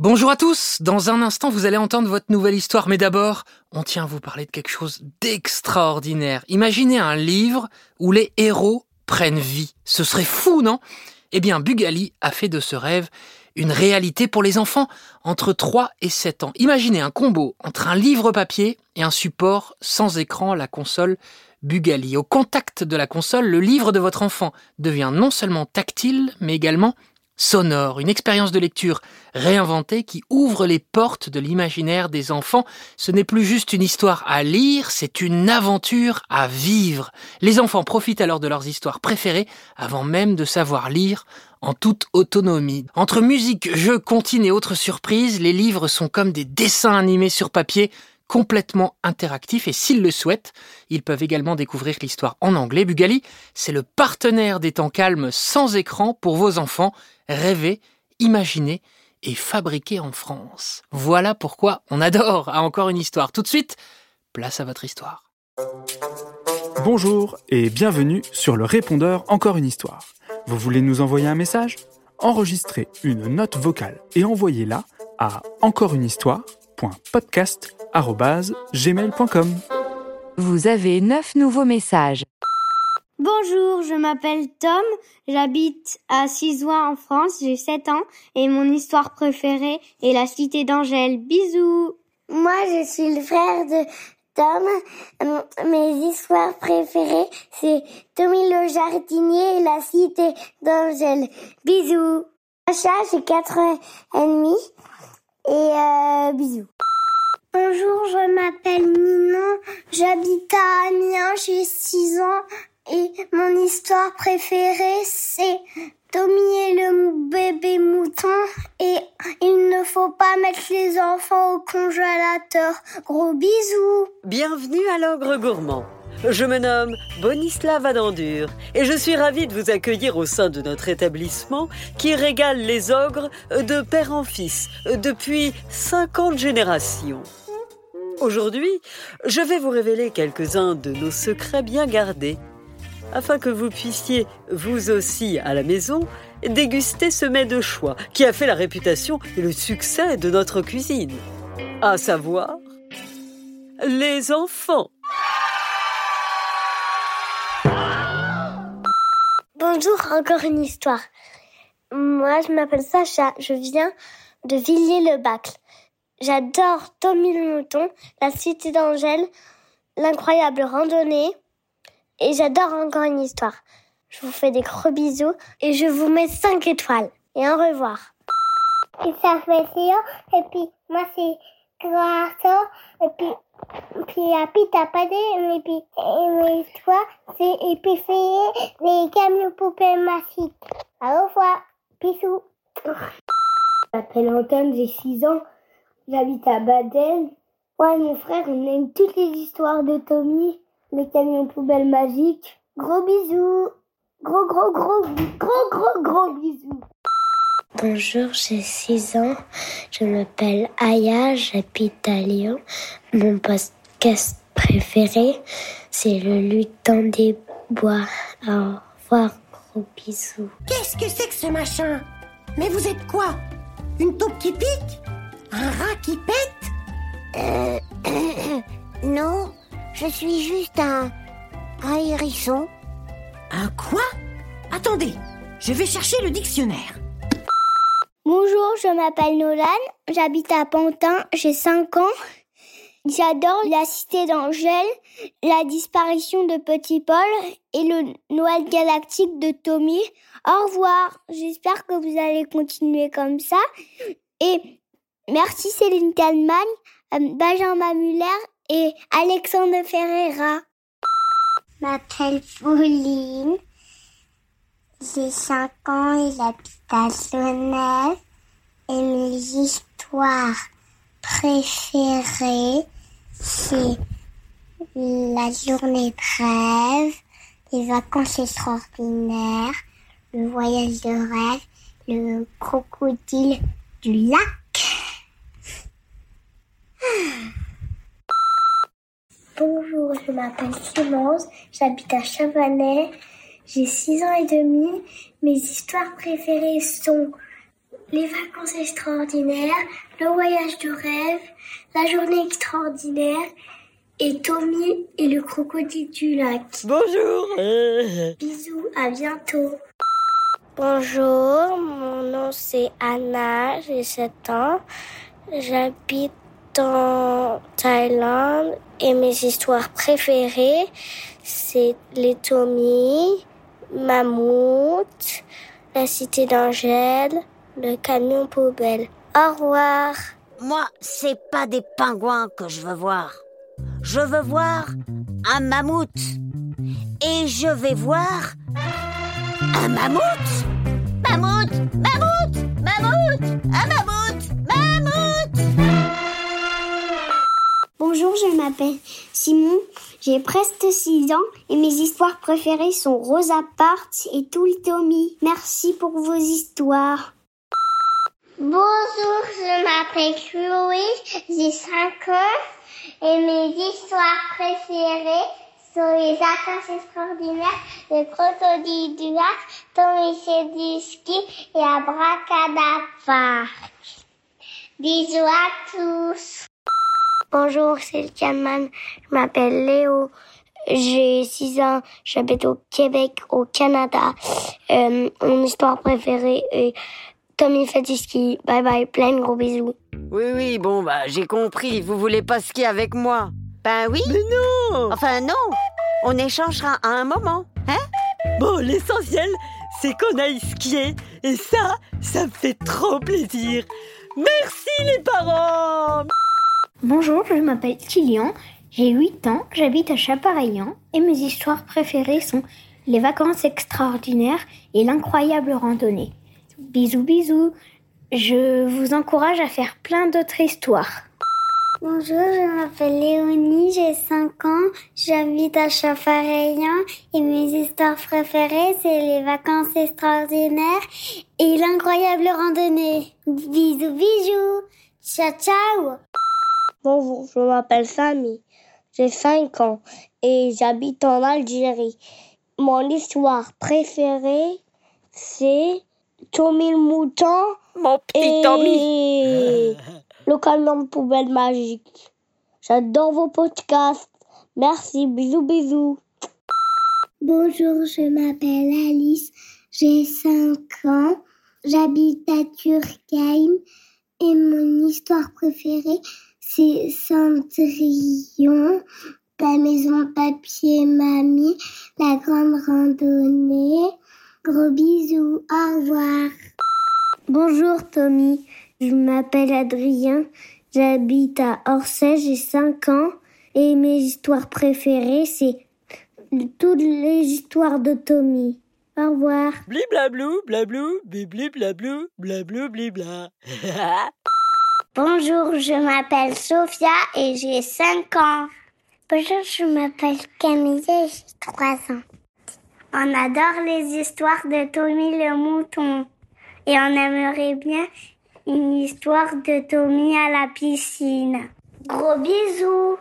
Bonjour à tous, dans un instant vous allez entendre votre nouvelle histoire, mais d'abord, on tient à vous parler de quelque chose d'extraordinaire. Imaginez un livre où les héros prennent vie. Ce serait fou, non ? Eh bien, Bugali a fait de ce rêve une réalité pour les enfants entre 3 et 7 ans. Imaginez un combo entre un livre papier et un support sans écran, la console Bugali. Au contact de la console, le livre de votre enfant devient non seulement tactile, mais également sonore, une expérience de lecture réinventée qui ouvre les portes de l'imaginaire des enfants. Ce n'est plus juste une histoire à lire, c'est une aventure à vivre. Les enfants profitent alors de leurs histoires préférées avant même de savoir lire en toute autonomie. Entre musique, jeux, comptines et autres surprises, les livres sont comme des dessins animés sur papier, complètement interactifs, et s'ils le souhaitent, ils peuvent également découvrir l'histoire en anglais. Bugali, c'est le partenaire des temps calmes sans écran pour vos enfants. Rêver, imaginer et fabriquer en France. Voilà pourquoi on adore Encore une histoire. Tout de suite, place à votre histoire. Bonjour et bienvenue sur le répondeur Encore une histoire. Vous voulez nous envoyer un message ? Enregistrez une note vocale et envoyez-la à encoreunhistoire.podcast@gmail.com. Vous avez 9 nouveaux messages. Bonjour, je m'appelle Tom, j'habite à Cizoin en France, j'ai 7 ans et mon histoire préférée est la Cité d'Angèle. Bisous. Moi, je suis le frère de Tom. Mes histoires préférées, c'est Tommy le jardinier et la Cité d'Angèle. Bisous. Sacha, j'ai 4 ans et demi et bisous. Bonjour, je m'appelle Ninon, j'habite à Amiens, j'ai 6 ans. Et mon histoire préférée, c'est Tommy et le bébé mouton. Et il ne faut pas mettre les enfants au congélateur. Gros bisous. Bienvenue à l'Ogre Gourmand. Je me nomme Bonislav Adandur et je suis ravie de vous accueillir au sein de notre établissement qui régale les ogres de père en fils depuis 50 générations. Aujourd'hui, je vais vous révéler quelques-uns de nos secrets bien gardés, afin que vous puissiez, vous aussi à la maison, déguster ce mets de choix qui a fait la réputation et le succès de notre cuisine. À savoir, les enfants. Bonjour, encore une histoire. Moi, je m'appelle Sacha, je viens de Villiers-le-Bacle. J'adore Tommy le mouton, la Cité d'Angèle, l'incroyable randonnée. Et j'adore Encore une histoire. Je vous fais des gros bisous et je vous mets 5 étoiles. Et au revoir. Et ça fait Théo, et puis moi c'est Grasso, et puis t'as pas et puis toi c'est épicé les camions poupées magiques. Au revoir. Bisous. Je m'appelle Antoine, j'ai 6 ans. J'habite à Baden. Moi et mon frère, on aime toutes les histoires de Tommy. Les camions poubelles magiques. Gros bisous. Gros bisous. Bonjour, j'ai 6 ans. Je m'appelle Aya, j'habite à Lyon. Mon podcast préféré, c'est le lutin des bois. Au revoir, gros bisous. Qu'est-ce que c'est que ce machin ? Mais vous êtes quoi ? Une taupe qui pique ? Un rat qui pète ? Non, je suis juste un hérisson. Un quoi ? Attendez, je vais chercher le dictionnaire. Bonjour, je m'appelle Nolan, j'habite à Pantin, j'ai 5 ans. J'adore la Cité d'Angèle, la disparition de Petit Paul et le Noël galactique de Tommy. Au revoir, j'espère que vous allez continuer comme ça. Et merci Céline Kallmann, Benjamin Muller et Alexandre Ferreira. Je m'appelle Pauline, j'ai 5 ans et j'habite à Genève. Et mes histoires préférées, c'est la journée de rêve, les vacances extraordinaires, le voyage de rêve, le crocodile du lac. Bonjour, je m'appelle Clémence, j'habite à Chabanais, j'ai 6 ans et demi. Mes histoires préférées sont les vacances extraordinaires, le voyage de rêve, la journée extraordinaire et Tommy et le crocodile du lac. Bonjour. Bisous, à bientôt. Bonjour, mon nom c'est Anna, j'ai 7 ans. J'habite en Thaïlande et mes histoires préférées, c'est les Tommy, Mammouth, la cité d'Angèle, le camion poubelle. Au revoir. Moi, c'est pas des pingouins que je veux voir. Je veux voir un mammouth. Et je vais voir un mammouth. Mammouth, mammouth, mammouth, un mammouth, mammouth. Bonjour, je m'appelle Simon, j'ai presque 6 ans et mes histoires préférées sont Rosa Parks et Tout le Tommy. Merci pour vos histoires. Bonjour, je m'appelle Chloé, j'ai 5 ans et mes histoires préférées sont les vacances extraordinaires, le crocodile du lac, Tommy fait du ski et Abracadabra. Bisous à tous. Bonjour, c'est le Caman, je m'appelle Léo, j'ai 6 ans, j'habite au Québec, au Canada. Mon histoire préférée est Tommy fait du ski. Bye bye, plein de gros bisous. Oui, bon, j'ai compris. Vous voulez pas skier avec moi? Ben oui. Mais non. Enfin non, on échangera à un moment, hein? Bon, l'essentiel, c'est qu'on aille skier. Et ça me fait trop plaisir. Merci les parents. Bonjour, je m'appelle Kilian, j'ai 8 ans, j'habite à Chapareillan et mes histoires préférées sont les vacances extraordinaires et l'incroyable randonnée. Bisous, bisous. Je vous encourage à faire plein d'autres histoires. Bonjour, je m'appelle Léonie, j'ai 5 ans, j'habite à Chapareillan et mes histoires préférées, c'est les vacances extraordinaires et l'incroyable randonnée. Bisous, bisous. Ciao, ciao. Bonjour, je m'appelle Samy, j'ai 5 ans et j'habite en Algérie. Mon histoire préférée, c'est Tommy le mouton. Mon petit Tommy. Et le camion de poubelle magique. J'adore vos podcasts. Merci, bisous, bisous. Bonjour, je m'appelle Alice, j'ai 5 ans, j'habite à Turckheim et mon histoire préférée, c'est Cendrillon, la maison papier mamie, la grande randonnée. Gros bisous, au revoir. Bonjour Tommy, je m'appelle Adrien, j'habite à Orsay, j'ai 5 ans et mes histoires préférées, c'est toutes les histoires de Tommy. Au revoir. Bliblablou, blablou, bibli blablou, blablou blibla. Bonjour, je m'appelle Sophia et j'ai 5 ans. Bonjour, je m'appelle Camille et j'ai 3 ans. On adore les histoires de Tommy le mouton. Et on aimerait bien une histoire de Tommy à la piscine. Gros bisous.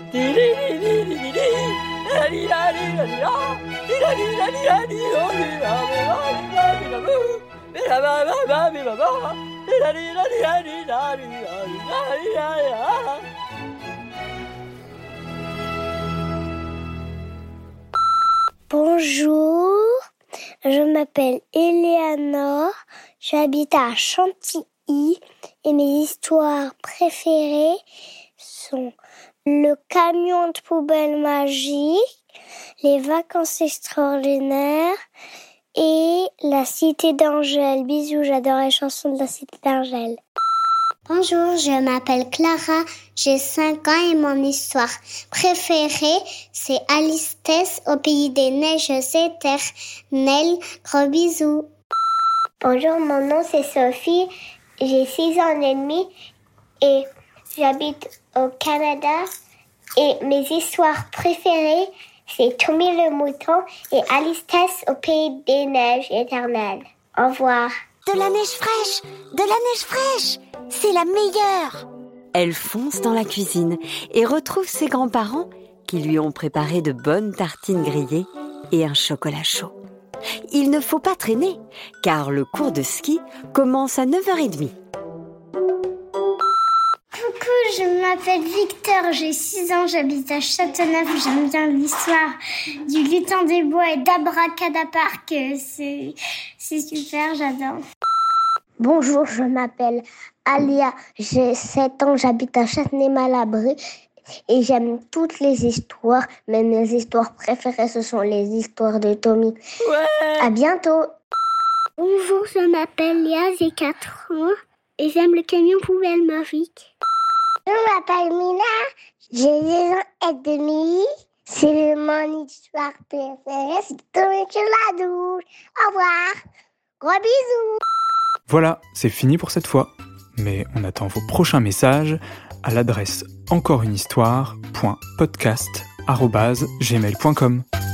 Bonjour, je m'appelle Eleanor, j'habite à Chantilly et mes histoires préférées sont le camion de poubelle magique, les vacances extraordinaires et la cité d'Angèle. Bisous, j'adore les chansons de la cité d'Angèle. Bonjour, je m'appelle Clara, j'ai 5 ans et mon histoire préférée, c'est Alice Tess au pays des neiges éternelles. Gros bisous. Bonjour, mon nom c'est Sophie, j'ai 6 ans et demi et j'habite au Canada et mes histoires préférées, c'est Tommy le mouton et Alice Tess au pays des neiges éternelles. Au revoir. De la neige fraîche, de la neige fraîche, c'est la meilleure. Elle fonce dans la cuisine et retrouve ses grands-parents qui lui ont préparé de bonnes tartines grillées et un chocolat chaud. il ne faut pas traîner, car le cours de ski commence à 9h30. Coucou, je m'appelle Victor, j'ai 6 ans, j'habite à Châteauneuf, j'aime bien l'histoire du lutin des bois et d'Abracadapark, c'est super, j'adore. Bonjour, je m'appelle Alia, j'ai 7 ans, j'habite à Châtenay-Malabry et j'aime toutes les histoires, mais mes histoires préférées, ce sont les histoires de Tommy. Ouais. À bientôt. Bonjour, je m'appelle Léa, j'ai 4 ans et j'aime le camion poubelle magique. Je m'appelle Mina, j'ai 10 ans et demi. C'est mon histoire préférée, c'est Tommy sur la douche. Au revoir, gros bisous. Voilà, c'est fini pour cette fois. Mais on attend vos prochains messages à l'adresse encoreunehistoire.podcast@gmail.com.